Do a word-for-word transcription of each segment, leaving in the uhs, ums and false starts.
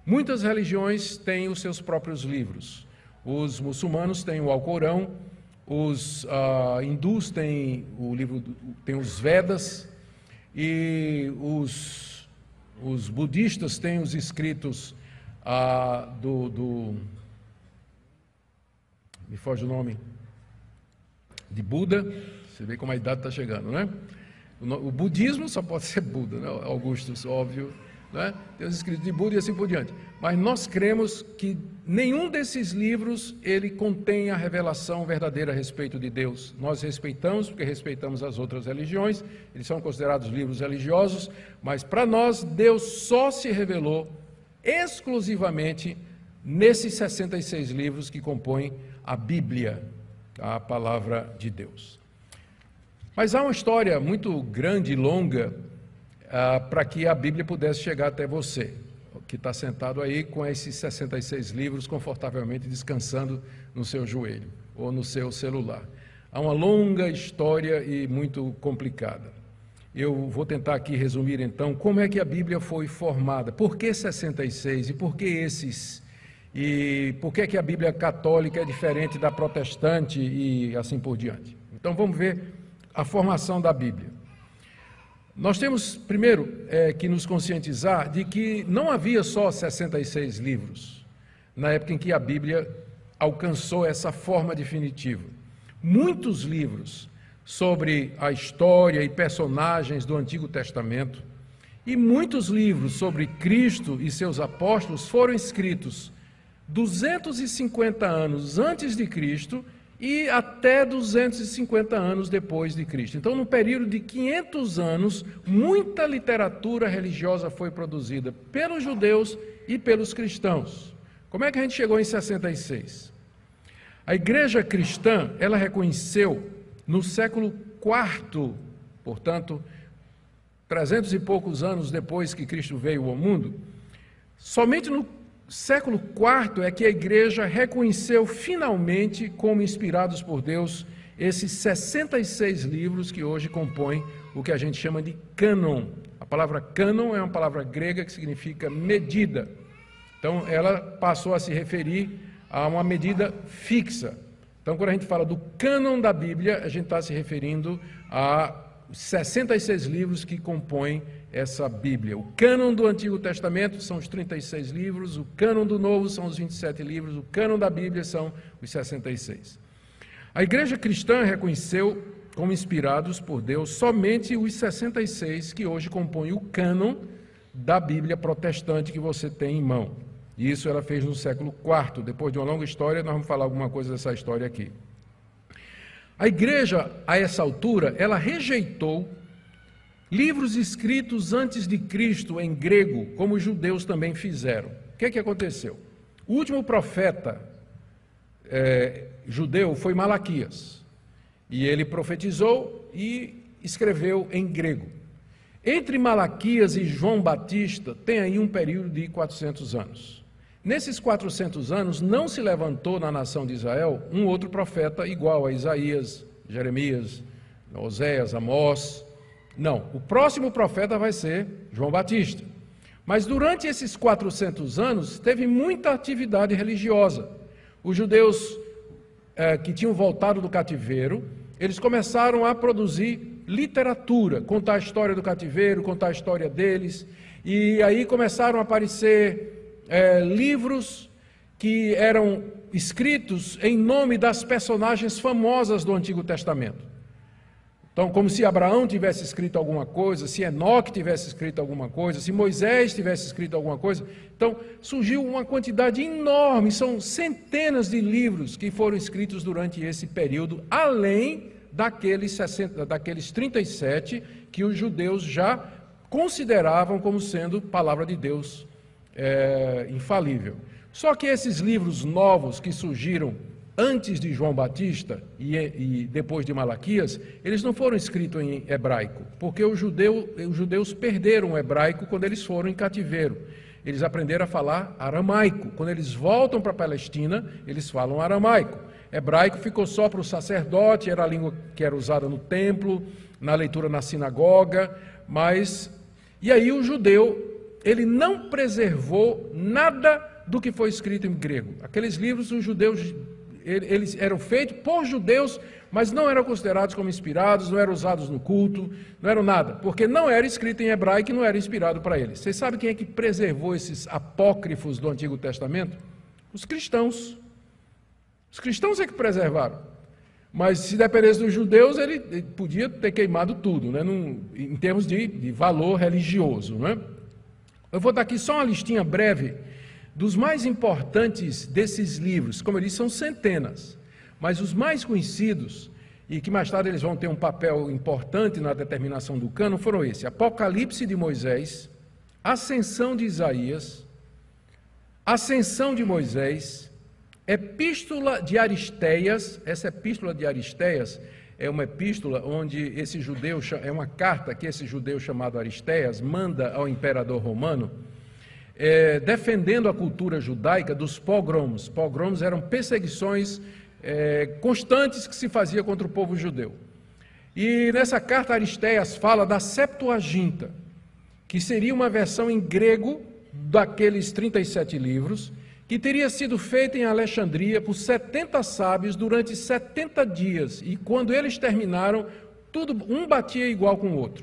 Muitas religiões têm os seus próprios livros. Os muçulmanos têm o Alcorão, os uh, hindus têm o livro, têm os Vedas, e os, os budistas têm os escritos uh, do, do... me foge o nome... de Buda. Você vê como a idade está chegando, né? O, o budismo só pode ser Buda, né? Augustus, óbvio, né? Tem os escritos de Buda e assim por diante. Mas nós cremos que nenhum desses livros ele contém a revelação verdadeira a respeito de Deus. Nós respeitamos, porque respeitamos as outras religiões, eles são considerados livros religiosos, mas para nós Deus só se revelou exclusivamente nesses sessenta e seis livros que compõem a Bíblia, a palavra de Deus. Mas há uma história muito grande e longa ah, para que a Bíblia pudesse chegar até você, que está sentado aí com esses sessenta e seis livros confortavelmente descansando no seu joelho ou no seu celular. Há uma longa história e muito complicada. Eu vou tentar aqui resumir então como é que a Bíblia foi formada, por que sessenta e seis e por que esses... E por que, que a Bíblia católica é diferente da protestante e assim por diante? Então vamos ver a formação da Bíblia. Nós temos, primeiro, é, que nos conscientizar de que não havia só sessenta e seis livros na época em que a Bíblia alcançou essa forma definitiva. Muitos livros sobre a história e personagens do Antigo Testamento e muitos livros sobre Cristo e seus apóstolos foram escritos duzentos e cinquenta anos antes de Cristo e até duzentos e cinquenta anos depois de Cristo. Então, num período de quinhentos anos, muita literatura religiosa foi produzida pelos judeus e pelos cristãos. Como é que a gente chegou em sessenta e seis? A igreja cristã, ela reconheceu no século quarto, portanto, trezentos e poucos anos depois que Cristo veio ao mundo, somente no século quarto é que a igreja reconheceu finalmente como inspirados por Deus esses sessenta e seis livros que hoje compõem o que a gente chama de cânon. A palavra cânon é uma palavra grega que significa medida. Então ela passou a se referir a uma medida fixa. Então quando a gente fala do cânon da Bíblia, a gente está se referindo a sessenta e seis livros que compõem essa Bíblia. O cânon do Antigo Testamento são os trinta e seis livros, o cânon do Novo são os vinte e sete livros, o cânon da Bíblia são os sessenta e seis. A igreja cristã reconheceu como inspirados por Deus somente os sessenta e seis que hoje compõem o cânon da Bíblia protestante que você tem em mão. E isso ela fez no século quarto. Depois de uma longa história, nós vamos falar alguma coisa dessa história aqui. A igreja, a essa altura, ela rejeitou livros escritos antes de Cristo em grego, como os judeus também fizeram. O que é que aconteceu? O último profeta é, judeu foi Malaquias, e ele profetizou e escreveu em grego. Entre Malaquias e João Batista tem aí um período de quatrocentos anos. Nesses quatrocentos anos não se levantou na nação de Israel um outro profeta igual a Isaías, Jeremias, Oséias, Amós. Não, o próximo profeta vai ser João Batista. Mas durante esses quatrocentos anos, teve muita atividade religiosa. Os judeus eh, que tinham voltado do cativeiro, eles começaram a produzir literatura, contar a história do cativeiro, contar a história deles, e aí começaram a aparecer eh, livros que eram escritos em nome das personagens famosas do Antigo Testamento. Então, como se Abraão tivesse escrito alguma coisa, se Enoque tivesse escrito alguma coisa, se Moisés tivesse escrito alguma coisa. Então, surgiu uma quantidade enorme, são centenas de livros que foram escritos durante esse período, além daqueles, sessenta, daqueles trinta e sete que os judeus já consideravam como sendo palavra de Deus é, infalível. Só que esses livros novos que surgiram antes de João Batista e, e depois de Malaquias, eles não foram escritos em hebraico, porque o judeu, os judeus perderam o hebraico quando eles foram em cativeiro. Eles aprenderam a falar aramaico. Quando eles voltam para a Palestina, eles falam aramaico. Hebraico ficou só para o sacerdote, era a língua que era usada no templo, na leitura na sinagoga, mas... E aí o judeu ele não preservou nada do que foi escrito em grego. Aqueles livros, os judeus, eles eram feitos por judeus, mas não eram considerados como inspirados, não eram usados no culto, não eram nada, porque não era escrito em hebraico e não era inspirado para eles. Vocês sabem quem é que preservou esses apócrifos do Antigo Testamento? Os cristãos. Os cristãos é que preservaram. Mas se dependesse dos judeus, ele, ele podia ter queimado tudo, né? Num, em termos de, de valor religioso, né? Eu vou dar aqui só uma listinha breve dos mais importantes desses livros. Como eu disse, são centenas. Mas os mais conhecidos, e que mais tarde eles vão ter um papel importante na determinação do cânon, foram esses: Apocalipse de Moisés, Ascensão de Isaías, Ascensão de Moisés, Epístola de Aristeias. Essa Epístola de Aristeias é uma epístola onde esse judeu, é uma carta que esse judeu chamado Aristeias manda ao imperador romano, é, defendendo a cultura judaica dos pogroms. Pogroms eram perseguições É, constantes que se fazia contra o povo judeu. E nessa carta Aristeias fala da Septuaginta, que seria uma versão em grego daqueles trinta e sete livros, que teria sido feita em Alexandria por setenta sábios durante setenta dias, e quando eles terminaram, tudo um batia igual com o outro.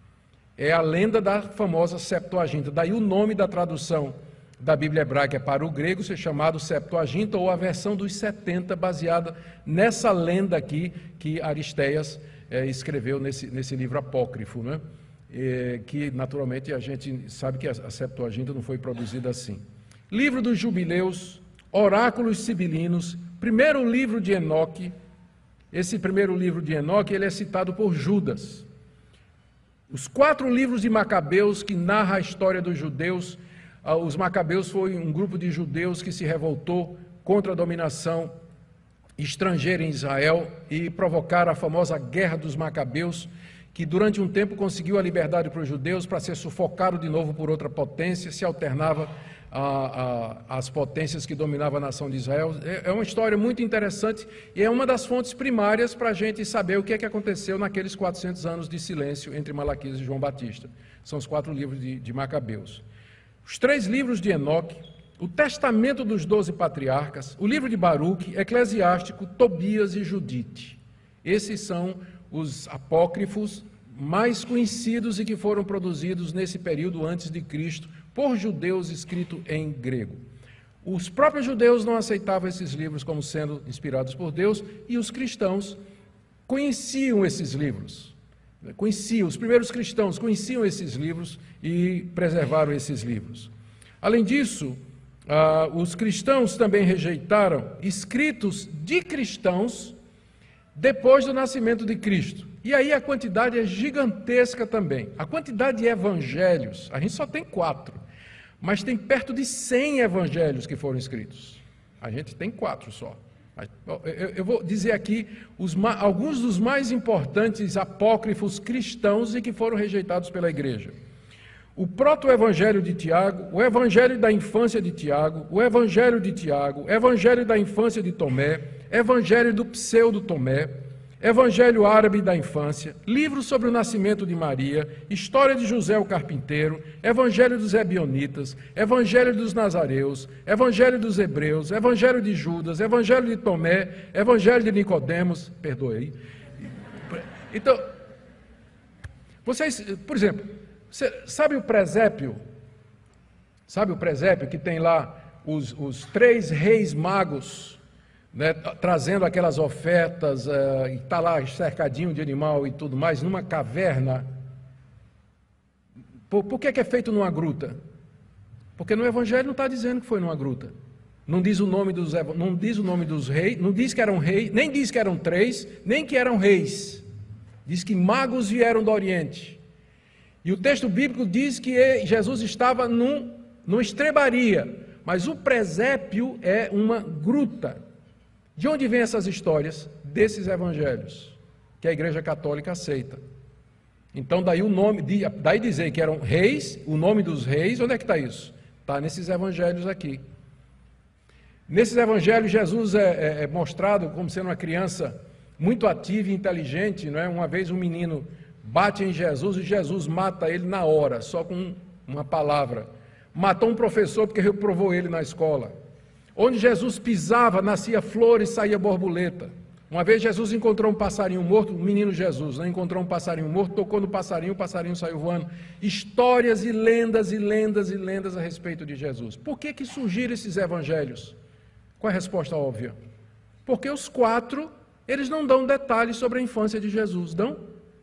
É a lenda da famosa Septuaginta, daí o nome da tradução da Bíblia hebraica para o grego ser chamado Septuaginta, ou a versão dos setenta, baseada nessa lenda aqui que Aristeias é, escreveu nesse, nesse livro apócrifo, né? É, que naturalmente a gente sabe que a, a Septuaginta não foi produzida assim. Livro dos Jubileus, Oráculos Sibilinos, primeiro livro de Enoque. Esse primeiro livro de Enoque, ele é citado por Judas. Os quatro livros de Macabeus, que narra a história dos judeus. Os Macabeus foi um grupo de judeus que se revoltou contra a dominação estrangeira em Israel e provocaram a famosa Guerra dos Macabeus, que durante um tempo conseguiu a liberdade para os judeus, para ser sufocado de novo por outra potência, se alternava às potências que dominavam a nação de Israel. É uma história muito interessante e é uma das fontes primárias para a gente saber o que é que aconteceu naqueles quatrocentos anos de silêncio entre Malaquias e João Batista. São os quatro livros de, de Macabeus. Os três livros de Enoque, o Testamento dos Doze Patriarcas, o livro de Baruque, Eclesiástico, Tobias e Judite. Esses são os apócrifos mais conhecidos e que foram produzidos nesse período antes de Cristo, por judeus, escrito em grego. Os próprios judeus não aceitavam esses livros como sendo inspirados por Deus, e os cristãos conheciam esses livros. Conheciam, os primeiros cristãos conheciam esses livros e preservaram esses livros. Além disso, ah, os cristãos também rejeitaram escritos de cristãos depois do nascimento de Cristo. E aí a quantidade é gigantesca também. A quantidade de evangelhos, a gente só tem quatro, mas tem perto de cem evangelhos que foram escritos. A gente tem quatro só. Eu vou dizer aqui os, alguns dos mais importantes apócrifos cristãos e que foram rejeitados pela igreja. O proto-evangelho de Tiago, o evangelho da infância de Tiago, o evangelho de Tiago, evangelho da infância de Tomé, evangelho do pseudo-Tomé, evangelho árabe da infância, livro sobre o nascimento de Maria, história de José o carpinteiro, evangelho dos Ebionitas, evangelho dos Nazareus, evangelho dos Hebreus, evangelho de Judas, evangelho de Tomé, evangelho de Nicodemos, perdoe aí. Então, vocês, por exemplo, você sabe o presépio? Sabe o presépio que tem lá os, os três reis magos, né, trazendo aquelas ofertas, uh, e está lá cercadinho de animal e tudo mais, numa caverna? Por, por que é, que é feito numa gruta? Porque no Evangelho não está dizendo que foi numa gruta. Não diz o nome dos, não diz o nome dos reis, não diz que eram reis, nem diz que eram três, nem que eram reis. Diz que magos vieram do Oriente. E o texto bíblico diz que Jesus estava num, numa estrebaria, mas o presépio é uma gruta. De onde vêm essas histórias? Desses evangelhos, que a Igreja Católica aceita. Então, daí o nome, daí dizer que eram reis, o nome dos reis, onde é que está isso? Está nesses evangelhos aqui. Nesses evangelhos, Jesus é, é, é mostrado como sendo uma criança muito ativa e inteligente, não é? Uma vez um menino bate em Jesus e Jesus mata ele na hora, só com uma palavra. Matou um professor porque reprovou ele na escola. Onde Jesus pisava, nascia flor e saía borboleta. Uma vez Jesus encontrou um passarinho morto, o menino Jesus, né? Encontrou um passarinho morto, tocou no passarinho, o passarinho saiu voando. Histórias e lendas e lendas e lendas a respeito de Jesus. Por que que surgiram esses evangelhos? Qual é a resposta óbvia? Porque os quatro, eles não dão detalhes sobre a infância de Jesus, dão?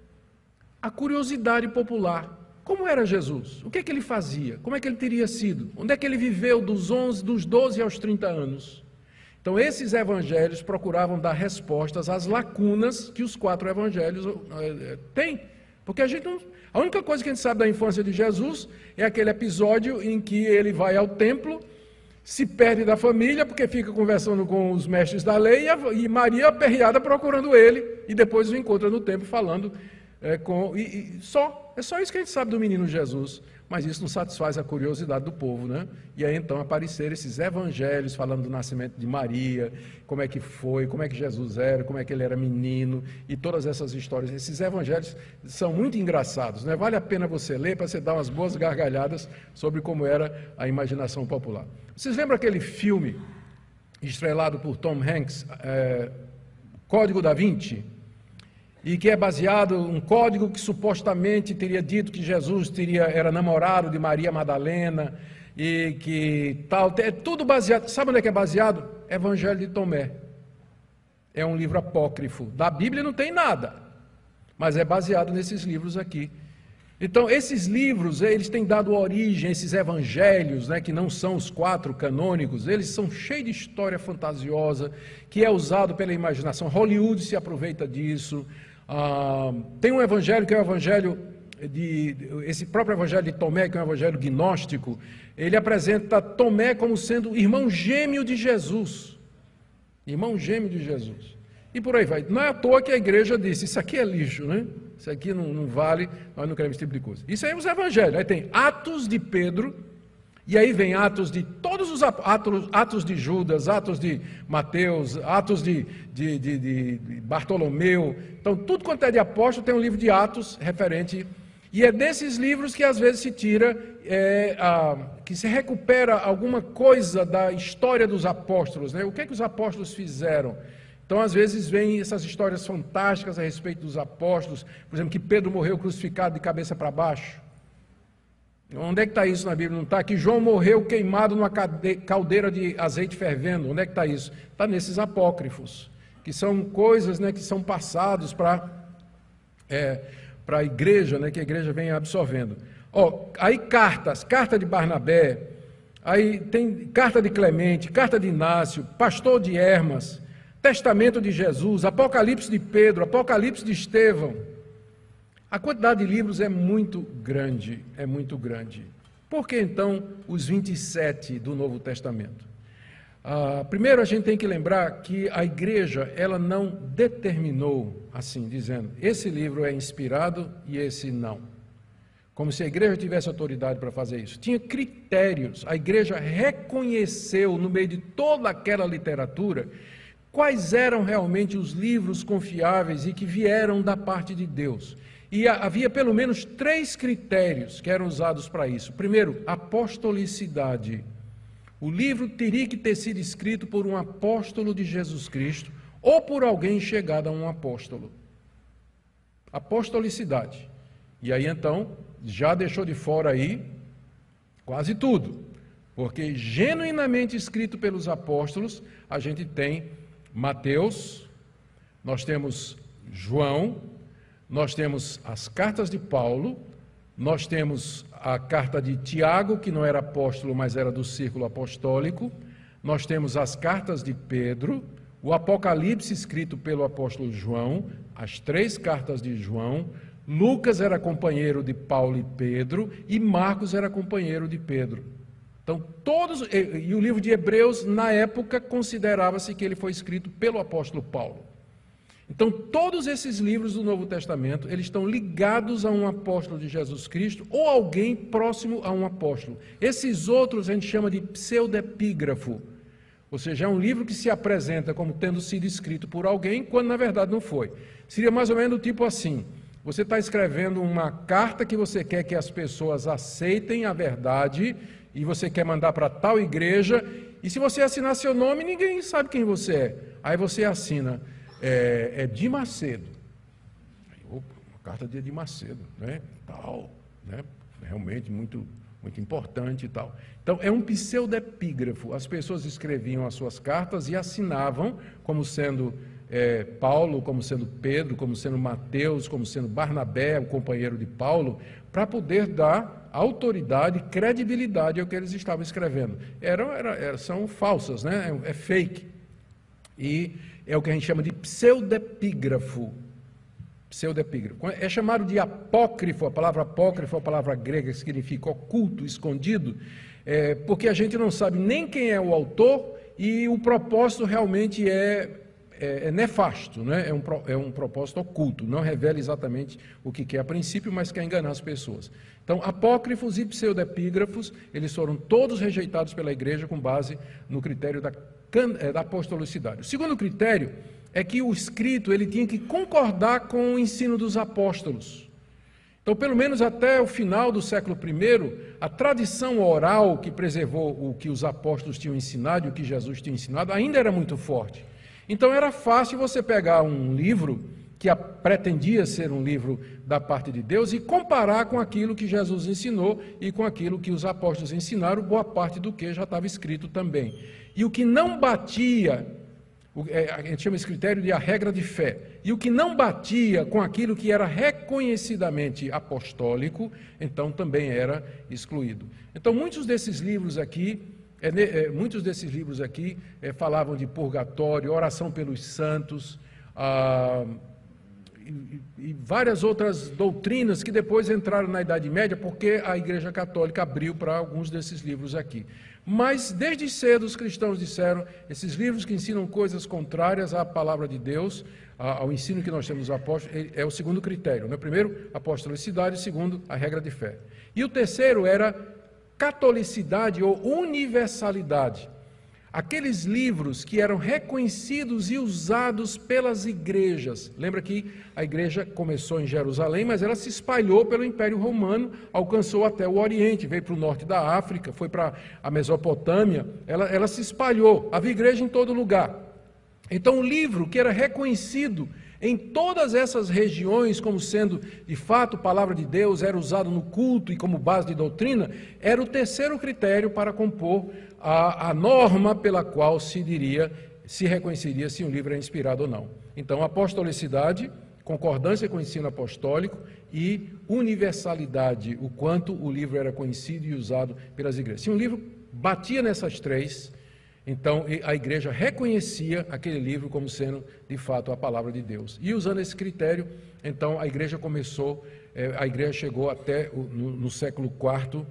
A curiosidade popular. Como era Jesus? O que é que ele fazia? Como é que ele teria sido? Onde é que ele viveu dos onze, dos doze aos trinta anos? Então, esses evangelhos procuravam dar respostas às lacunas que os quatro evangelhos eh, têm. Porque a gente não, a única coisa que a gente sabe da infância de Jesus é aquele episódio em que ele vai ao templo, se perde da família, porque fica conversando com os mestres da lei, e, a, e Maria aperreada procurando ele, e depois o encontra no templo falando é, com... E, e só, é só isso que a gente sabe do menino Jesus. Mas isso não satisfaz a curiosidade do povo, né? E aí então apareceram esses evangelhos falando do nascimento de Maria, como é que foi, como é que Jesus era, como é que ele era menino, e todas essas histórias. Esses evangelhos são muito engraçados, né? Vale a pena você ler para você dar umas boas gargalhadas sobre como era a imaginação popular. Vocês lembram aquele filme estrelado por Tom Hanks, é, Código da Vinci? E que é baseado em um código que supostamente teria dito que Jesus teria, era namorado de Maria Madalena, e que tal, é tudo baseado, sabe onde é que é baseado? Evangelho de Tomé. É um livro apócrifo, da Bíblia não tem nada, mas é baseado nesses livros aqui. Então, esses livros, eles têm dado origem a esses evangelhos, né, que não são os quatro canônicos, eles são cheios de história fantasiosa, que é usado pela imaginação. Hollywood se aproveita disso. Ah, tem um evangelho que é o evangelho de, esse próprio evangelho de Tomé, que é um evangelho gnóstico, ele apresenta Tomé como sendo irmão gêmeo de Jesus, irmão gêmeo de Jesus, e por aí vai. Não é à toa que a igreja disse, isso aqui é lixo, né? Isso aqui não, não vale, nós não queremos esse tipo de coisa. Isso aí é os evangelhos, aí tem Atos de Pedro, e aí vem Atos de todos os Atos, Atos de Judas, Atos de Mateus, Atos de, de, de, de, de Bartolomeu. Então, tudo quanto é de apóstolo tem um livro de Atos referente. E é desses livros que às vezes se tira, é, a, que se recupera alguma coisa da história dos apóstolos, né? O que é que os apóstolos fizeram? Então, às vezes, vem essas histórias fantásticas a respeito dos apóstolos. Por exemplo, que Pedro morreu crucificado de cabeça para baixo. Onde é que está isso na Bíblia? Não está? Que João morreu queimado numa caldeira de azeite fervendo. Onde é que está isso? Está nesses apócrifos, que são coisas, né, que são passados para é, para a igreja, né, que a igreja vem absorvendo. Ó, aí cartas, carta de Barnabé, aí tem carta de Clemente, carta de Inácio, pastor de Hermas, testamento de Jesus, Apocalipse de Pedro, Apocalipse de Estevão. A quantidade de livros é muito grande, é muito grande. Por que então os vinte e sete do Novo Testamento? Ah, primeiro a gente tem que lembrar que a igreja, ela não determinou, assim, dizendo, esse livro é inspirado e esse não. Como se a igreja tivesse autoridade para fazer isso. Tinha critérios, a igreja reconheceu no meio de toda aquela literatura quais eram realmente os livros confiáveis e que vieram da parte de Deus. E havia pelo menos três critérios que eram usados para isso. Primeiro, apostolicidade. O livro teria que ter sido escrito por um apóstolo de Jesus Cristo ou por alguém chegado a um apóstolo. Apostolicidade. E aí então, já deixou de fora aí quase tudo. Porque genuinamente escrito pelos apóstolos, a gente tem Mateus, nós temos João, nós temos as cartas de Paulo, nós temos a carta de Tiago, que não era apóstolo, mas era do círculo apostólico, nós temos as cartas de Pedro, o Apocalipse escrito pelo apóstolo João, as três cartas de João, Lucas era companheiro de Paulo e Pedro, e Marcos era companheiro de Pedro. Então, todos, e, e o livro de Hebreus, na época, considerava-se que ele foi escrito pelo apóstolo Paulo. Então, todos esses livros do Novo Testamento, eles estão ligados a um apóstolo de Jesus Cristo ou alguém próximo a um apóstolo. Esses outros a gente chama de pseudepígrafo, ou seja, é um livro que se apresenta como tendo sido escrito por alguém, quando na verdade não foi. Seria mais ou menos do tipo assim, Você está escrevendo uma carta que você quer que as pessoas aceitem a verdade e você quer mandar para tal igreja, e se você assinar seu nome, ninguém sabe quem você é. Aí você assina, é, é de Macedo. Aí, opa, uma carta de Edir Macedo, né? Tal, né? Realmente muito, muito importante e tal. Então, é um pseudepígrafo. As pessoas escreviam as suas cartas e assinavam como sendo é, Paulo, como sendo Pedro, como sendo Mateus, como sendo Barnabé, o companheiro de Paulo, para poder dar autoridade, credibilidade ao que eles estavam escrevendo. Eram, era, era, são falsas, né? É, é fake. E é o que a gente chama de pseudepígrafo. Pseudepígrafo. É chamado de apócrifo, a palavra apócrifo é a palavra grega que significa oculto, escondido, é, porque a gente não sabe nem quem é o autor e o propósito realmente é, é, é nefasto, né? é, um, é um propósito oculto, não revela exatamente o que quer a princípio, mas quer enganar as pessoas. Então, apócrifos e pseudepígrafos, eles foram todos rejeitados pela igreja com base no critério da, da apostolicidade. O segundo critério é que o escrito ele tinha que concordar com o ensino dos apóstolos. Então, pelo menos até o final do século primeiro, a tradição oral que preservou o que os apóstolos tinham ensinado e o que Jesus tinha ensinado ainda era muito forte. Então, era fácil você pegar um livro que pretendia ser um livro da parte de Deus e comparar com aquilo que Jesus ensinou e com aquilo que os apóstolos ensinaram, boa parte do que já estava escrito também. E o que não batia, a gente chama esse critério de a regra de fé, e o que não batia com aquilo que era reconhecidamente apostólico, então também era excluído. Então muitos desses livros aqui, é, é, muitos desses livros aqui é, falavam de purgatório, oração pelos santos, ah, e, e várias outras doutrinas que depois entraram na Idade Média, porque a Igreja Católica abriu para alguns desses livros aqui. Mas, desde cedo, os cristãos disseram, esses livros que ensinam coisas contrárias à palavra de Deus, ao ensino que nós temos dos apóstolos, é o segundo critério. Né? Primeiro, apostolicidade, segundo, a regra de fé. E o terceiro era catolicidade ou universalidade. Aqueles livros que eram reconhecidos e usados pelas igrejas. Lembra que a igreja começou em Jerusalém, mas ela se espalhou pelo Império Romano, alcançou até o Oriente, veio para o norte da África, foi para a Mesopotâmia, ela, ela se espalhou, havia igreja em todo lugar. Então o livro que era reconhecido em todas essas regiões como sendo, de fato, palavra de Deus, era usado no culto e como base de doutrina, era o terceiro critério para compor a, a norma pela qual se diria, se reconheceria se um livro é inspirado ou não. Então, apostolicidade, concordância com o ensino apostólico e universalidade, o quanto o livro era conhecido e usado pelas igrejas. Se um livro batia nessas três, então a igreja reconhecia aquele livro como sendo, de fato, a palavra de Deus. E usando esse critério, então a igreja começou, a igreja chegou até o, no, no século quarto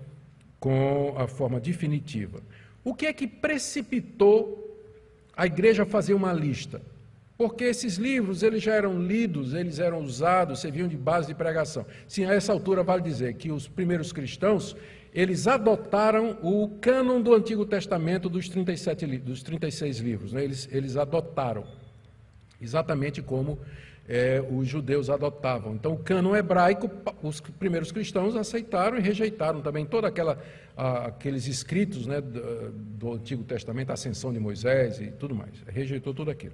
com a forma definitiva. O que é que precipitou a igreja a fazer uma lista? Porque esses livros, eles já eram lidos, eles eram usados, serviam de base de pregação. Sim, a essa altura vale dizer que os primeiros cristãos, eles adotaram o cânon do Antigo Testamento dos trinta e sete, dos trinta e seis livros, né? eles, eles adotaram, exatamente como é, os judeus adotavam. Então, o cânon hebraico, os primeiros cristãos aceitaram e rejeitaram também todos aqueles escritos, né, do, do Antigo Testamento, a ascensão de Moisés e tudo mais, rejeitou tudo aquilo.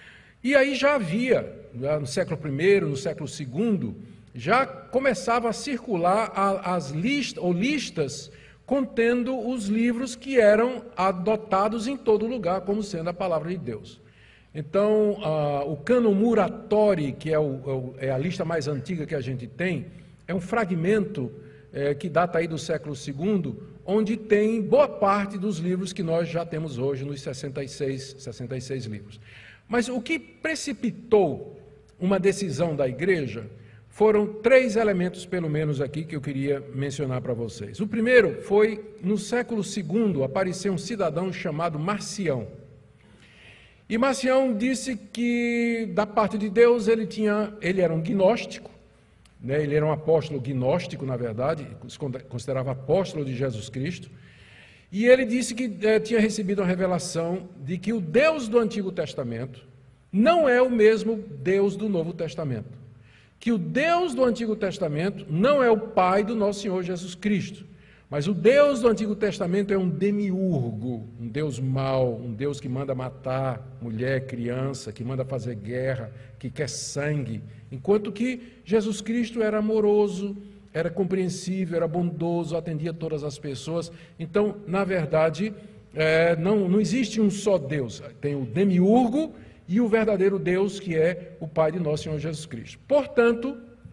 E aí já havia, no século primeiro, no século segundo, já começava a circular as listas, ou listas contendo os livros que eram adotados em todo lugar como sendo a palavra de Deus. Então, a, o cânon Muratori, que é, o, é a lista mais antiga que a gente tem, é um fragmento é, que data aí do século segundo, onde tem boa parte dos livros que nós já temos hoje, nos sessenta e seis, sessenta e seis livros. Mas o que precipitou uma decisão da igreja foram três elementos, pelo menos aqui, que eu queria mencionar para vocês. O primeiro foi, no século segundo, apareceu um cidadão chamado Marcião. E Marcião disse que, da parte de Deus, ele, tinha, ele era um gnóstico, né? Ele era um apóstolo gnóstico, na verdade, se considerava apóstolo de Jesus Cristo, e ele disse que eh, tinha recebido uma revelação de que o Deus do Antigo Testamento não é o mesmo Deus do Novo Testamento. que o Deus do Antigo Testamento não é o Pai do nosso Senhor Jesus Cristo, mas o Deus do Antigo Testamento é um demiurgo, um Deus mau, um Deus que manda matar mulher, criança, que manda fazer guerra, que quer sangue, enquanto que Jesus Cristo era amoroso, era compreensível, era bondoso, atendia todas as pessoas. Então, na verdade, é, não, não existe um só Deus, tem o demiurgo e o verdadeiro Deus, que é o Pai de nosso Senhor Jesus Cristo. Portanto,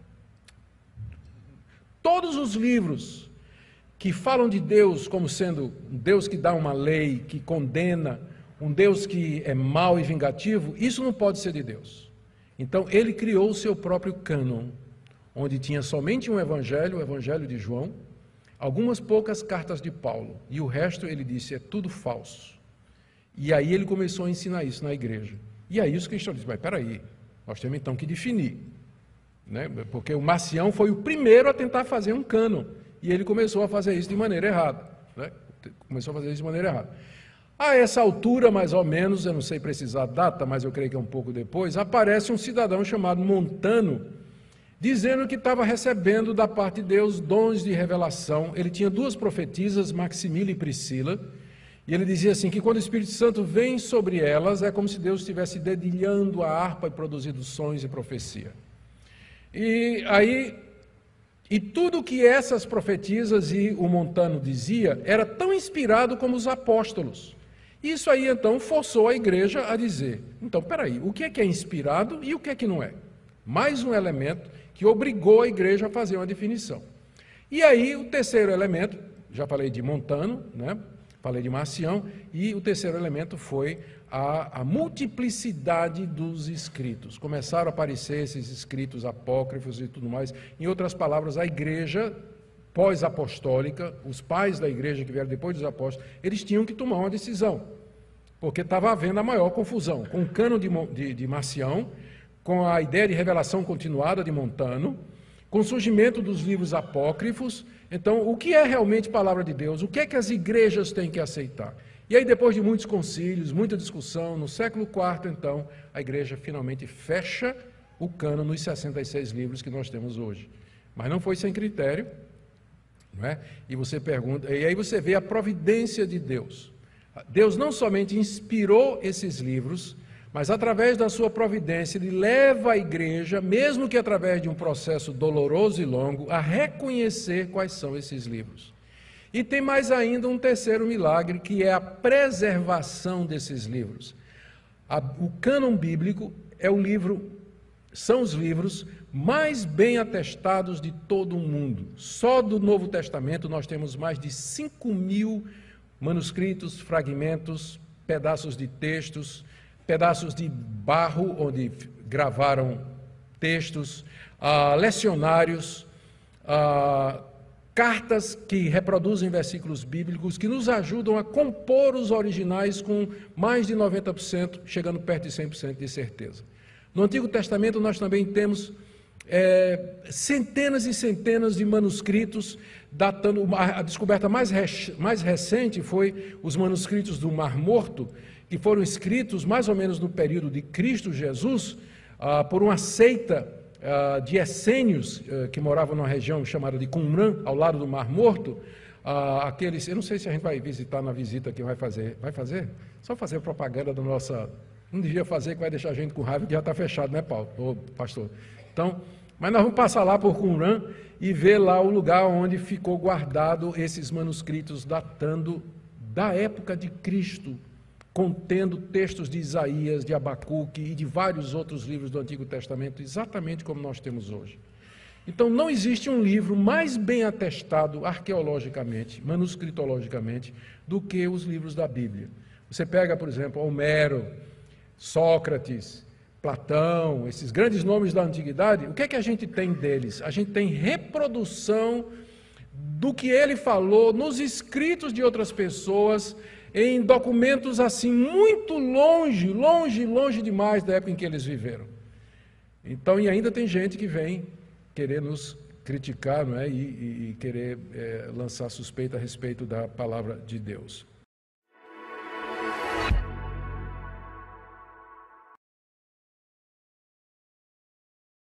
todos os livros que falam de Deus como sendo um Deus que dá uma lei, que condena, um Deus que é mau e vingativo, isso não pode ser de Deus. Então, ele criou o seu próprio cânon, onde tinha somente um evangelho, o evangelho de João, algumas poucas cartas de Paulo, e o resto ele disse, é tudo falso. E aí ele começou a ensinar isso na igreja. E aí os cristãos dizem, mas peraí, nós temos então que definir, né? Porque o Marcião foi o primeiro a tentar fazer um cânon, e ele começou a fazer isso de maneira errada, né? Começou a fazer isso de maneira errada. A essa altura, mais ou menos, eu não sei precisar a data, mas eu creio que é um pouco depois, aparece um cidadão chamado Montano, dizendo que estava recebendo da parte de Deus dons de revelação. Ele tinha duas profetisas, Maximila e Priscila, e ele dizia assim, que quando o Espírito Santo vem sobre elas, é como se Deus estivesse dedilhando a harpa e produzindo sons e profecia. E aí, e tudo que essas profetisas e o Montano dizia, era tão inspirado como os apóstolos. Isso aí, então, forçou a igreja a dizer, então, peraí, o que é que é inspirado e o que é que não é? Mais um elemento que obrigou a igreja a fazer uma definição. E aí, o terceiro elemento, já falei de Montano, né? Falei de Marcião, e o terceiro elemento foi a, a multiplicidade dos escritos. Começaram a aparecer esses escritos apócrifos e tudo mais. Em outras palavras, a igreja pós-apostólica, os pais da igreja que vieram depois dos apóstolos, eles tinham que tomar uma decisão, porque estava havendo a maior confusão, com o cânon de, de, de Marcião, com a ideia de revelação continuada de Montano, com o surgimento dos livros apócrifos. Então, o que é realmente palavra de Deus? O que é que as igrejas têm que aceitar? E aí, depois de muitos concílios, muita discussão, no século quarto, então, a igreja finalmente fecha o cânon nos sessenta e seis livros que nós temos hoje. Mas não foi sem critério, não é? E você pergunta, e aí você vê a providência de Deus. Deus não somente inspirou esses livros, mas através da sua providência, ele leva a igreja, mesmo que através de um processo doloroso e longo, a reconhecer quais são esses livros. E tem mais ainda um terceiro milagre, que é a preservação desses livros. A, o cânon bíblico é o livro, são os livros mais bem atestados de todo o mundo. Só do Novo Testamento nós temos mais de cinco mil manuscritos, fragmentos, pedaços de textos, pedaços de barro onde gravaram textos, ah, lecionários, ah, cartas que reproduzem versículos bíblicos, que nos ajudam a compor os originais com mais de noventa por cento, chegando perto de cem por cento de certeza. No Antigo Testamento nós também temos é, centenas e centenas de manuscritos, datando, a descoberta mais, mais recente foi os manuscritos do Mar Morto, que foram escritos mais ou menos no período de Cristo Jesus, ah, por uma seita ah, de essênios ah, que moravam numa região chamada de Qumran, ao lado do Mar Morto. Ah, aqueles, eu não sei se a gente vai visitar na visita que vai fazer. Vai fazer? Só fazer propaganda da nossa... Não devia fazer, que vai deixar a gente com raiva, que já está fechado, né, Paulo? Ô, pastor. Então, mas nós vamos passar lá por Qumran e ver lá o lugar onde ficou guardado esses manuscritos datando da época de Cristo, contendo textos de Isaías, de Abacuque e de vários outros livros do Antigo Testamento, exatamente como nós temos hoje. Então, não existe um livro mais bem atestado arqueologicamente, manuscritologicamente, do que os livros da Bíblia. Você pega, por exemplo, Homero, Sócrates, Platão, esses grandes nomes da antiguidade, o que é que a gente tem deles? A gente tem reprodução do que ele falou nos escritos de outras pessoas, em documentos assim, muito longe, longe, longe demais da época em que eles viveram. Então, e ainda tem gente que vem querer nos criticar, não é? e, e, e querer é, lançar suspeita a respeito da palavra de Deus.